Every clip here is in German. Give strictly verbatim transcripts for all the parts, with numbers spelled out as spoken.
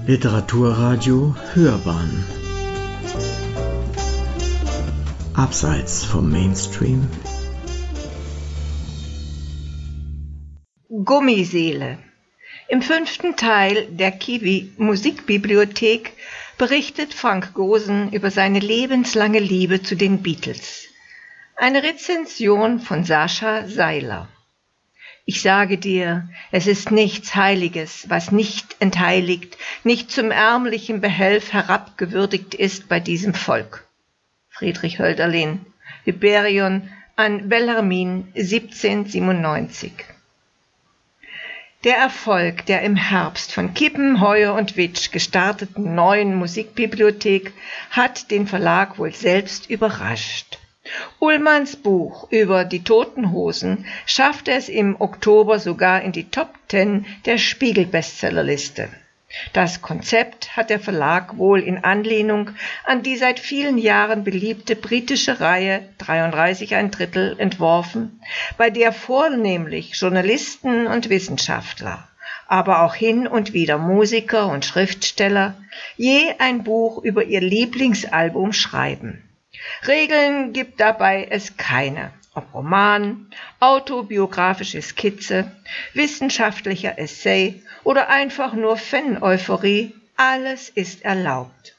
Literaturradio Hörbahn Abseits vom Mainstream. Gummiseele. Im fünften Teil der Kiwi Musikbibliothek berichtet Frank Goosen über seine lebenslange Liebe zu den Beatles. Eine Rezension von Sascha Seiler. Ich sage dir, es ist nichts Heiliges, was nicht entheiligt, nicht zum ärmlichen Behelf herabgewürdigt ist bei diesem Volk. Friedrich Hölderlin, Hyperion an Bellarmin, siebzehnhundertsiebenundneunzig. Der Erfolg der im Herbst von Kippen, Heuer und Witsch gestarteten neuen Musikbibliothek hat den Verlag wohl selbst überrascht. Ullmanns Buch über die Toten Hosen schaffte es im Oktober sogar in die Top Ten der Spiegel-Bestsellerliste. Das Konzept hat der Verlag wohl in Anlehnung an die seit vielen Jahren beliebte britische Reihe dreiunddreißig ein Drittel entworfen, bei der vornehmlich Journalisten und Wissenschaftler, aber auch hin und wieder Musiker und Schriftsteller je ein Buch über ihr Lieblingsalbum schreiben. Regeln gibt dabei es keine, ob Roman, autobiografische Skizze, wissenschaftlicher Essay oder einfach nur Fan-Euphorie, alles ist erlaubt.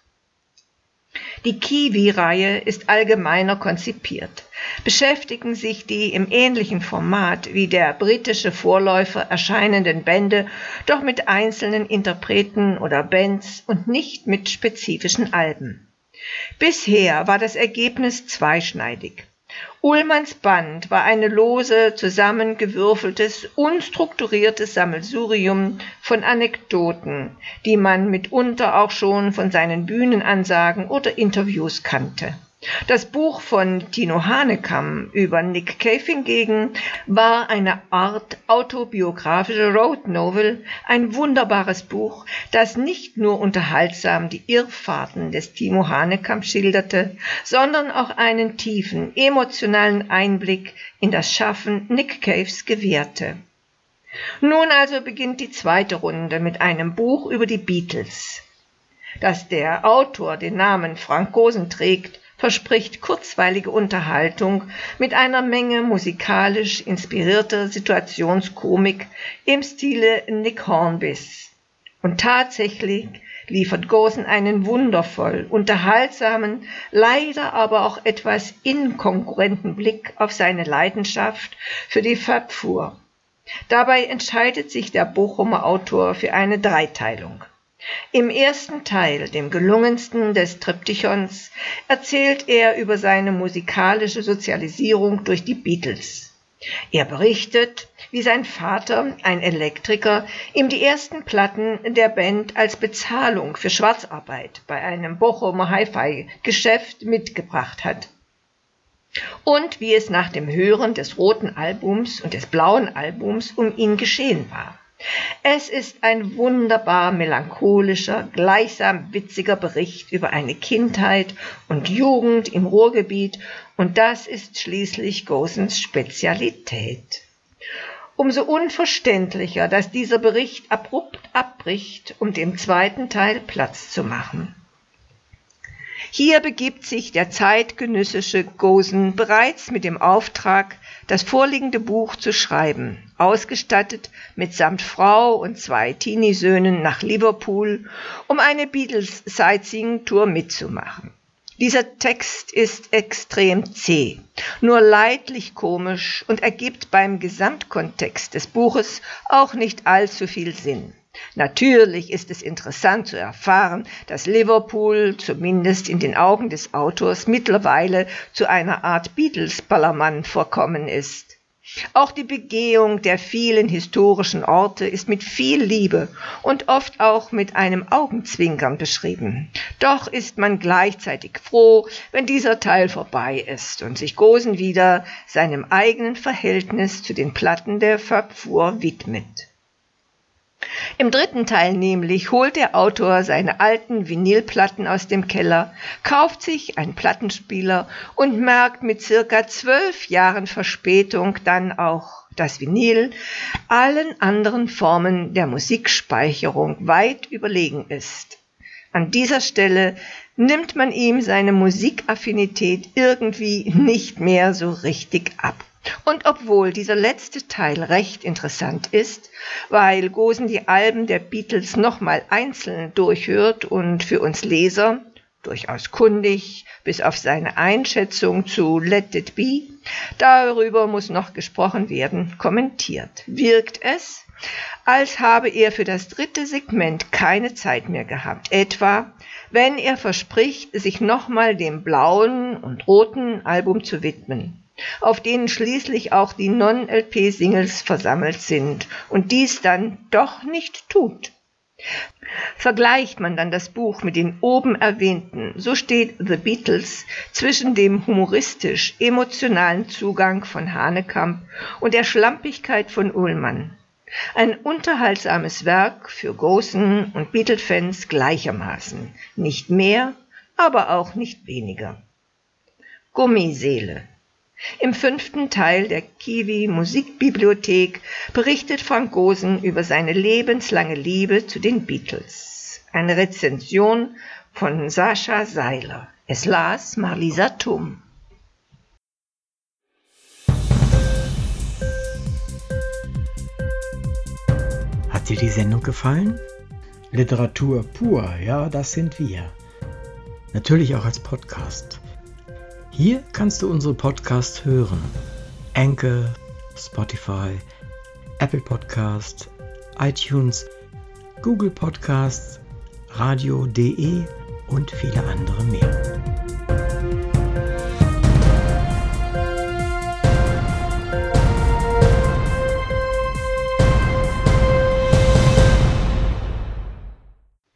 Die Kiwi-Reihe ist allgemeiner konzipiert. Beschäftigen sich die im ähnlichen Format wie der britische Vorläufer erscheinenden Bände doch mit einzelnen Interpreten oder Bands und nicht mit spezifischen Alben. Bisher war das Ergebnis zweischneidig. Ullmanns Band war eine lose, zusammengewürfeltes, unstrukturiertes Sammelsurium von Anekdoten, die man mitunter auch schon von seinen Bühnenansagen oder Interviews kannte. Das Buch von Tino Hanekam über Nick Cave hingegen war eine Art autobiografische Road Novel, ein wunderbares Buch, das nicht nur unterhaltsam die Irrfahrten des Timo Hanekam schilderte, sondern auch einen tiefen, emotionalen Einblick in das Schaffen Nick Caves gewährte. Nun also beginnt die zweite Runde mit einem Buch über die Beatles. Dass der Autor den Namen Frank Goosen trägt, verspricht kurzweilige Unterhaltung mit einer Menge musikalisch inspirierter Situationskomik im Stile Nick Hornbys. Und tatsächlich liefert Goosen einen wundervoll unterhaltsamen, leider aber auch etwas inkongruenten Blick auf seine Leidenschaft für die Fabfuhr. Dabei entscheidet sich der Bochumer Autor für eine Dreiteilung. Im ersten Teil, dem gelungensten des Triptychons, erzählt er über seine musikalische Sozialisierung durch die Beatles. Er berichtet, wie sein Vater, ein Elektriker, ihm die ersten Platten der Band als Bezahlung für Schwarzarbeit bei einem Bochumer Hi-Fi-Geschäft mitgebracht hat. Und wie es nach dem Hören des roten Albums und des blauen Albums um ihn geschehen war. Es ist ein wunderbar melancholischer, gleichsam witziger Bericht über eine Kindheit und Jugend im Ruhrgebiet, und das ist schließlich Goosens Spezialität. Umso unverständlicher, dass dieser Bericht abrupt abbricht, um dem zweiten Teil Platz zu machen. Hier begibt sich der zeitgenössische Goosen bereits mit dem Auftrag, das vorliegende Buch zu schreiben, ausgestattet mitsamt Frau und zwei Teenie-Söhnen nach Liverpool, um eine Beatles-Sightseeing-Tour mitzumachen. Dieser Text ist extrem zäh, nur leidlich komisch und ergibt beim Gesamtkontext des Buches auch nicht allzu viel Sinn. Natürlich ist es interessant zu erfahren, dass Liverpool, zumindest in den Augen des Autors, mittlerweile zu einer Art Beatles-Ballermann verkommen ist. Auch die Begehung der vielen historischen Orte ist mit viel Liebe und oft auch mit einem Augenzwinkern beschrieben. Doch ist man gleichzeitig froh, wenn dieser Teil vorbei ist und sich Goosen wieder seinem eigenen Verhältnis zu den Platten der Fabfuhr widmet. Im dritten Teil nämlich holt der Autor seine alten Vinylplatten aus dem Keller, kauft sich einen Plattenspieler und merkt mit circa zwölf Jahren Verspätung dann auch, das Vinyl, allen anderen Formen der Musikspeicherung weit überlegen ist. An dieser Stelle nimmt man ihm seine Musikaffinität irgendwie nicht mehr so richtig ab. Und obwohl dieser letzte Teil recht interessant ist, weil Goosen die Alben der Beatles nochmal einzeln durchhört und für uns Leser, durchaus kundig, bis auf seine Einschätzung zu Let It Be, darüber muss noch gesprochen werden, kommentiert, wirkt es, als habe er für das dritte Segment keine Zeit mehr gehabt, etwa wenn er verspricht, sich nochmal dem blauen und roten Album zu widmen, auf denen schließlich auch die Non-L P-Singles versammelt sind und dies dann doch nicht tut. Vergleicht man dann das Buch mit den oben erwähnten, so steht The Beatles zwischen dem humoristisch-emotionalen Zugang von Hanekamp und der Schlampigkeit von Ullmann. Ein unterhaltsames Werk für Goosen und Beatle-Fans gleichermaßen, nicht mehr, aber auch nicht weniger. Gummiseele. Im fünften Teil der Kiwi Musikbibliothek berichtet Frank Goosen über seine lebenslange Liebe zu den Beatles. Eine Rezension von Sascha Seiler. Es las Marlisa Thum. Hat dir die Sendung gefallen? Literatur pur, ja, das sind wir. Natürlich auch als Podcast. Hier kannst du unsere Podcasts hören. Anchor, Spotify, Apple Podcast, iTunes, Google Podcasts, radio punkt de und viele andere mehr.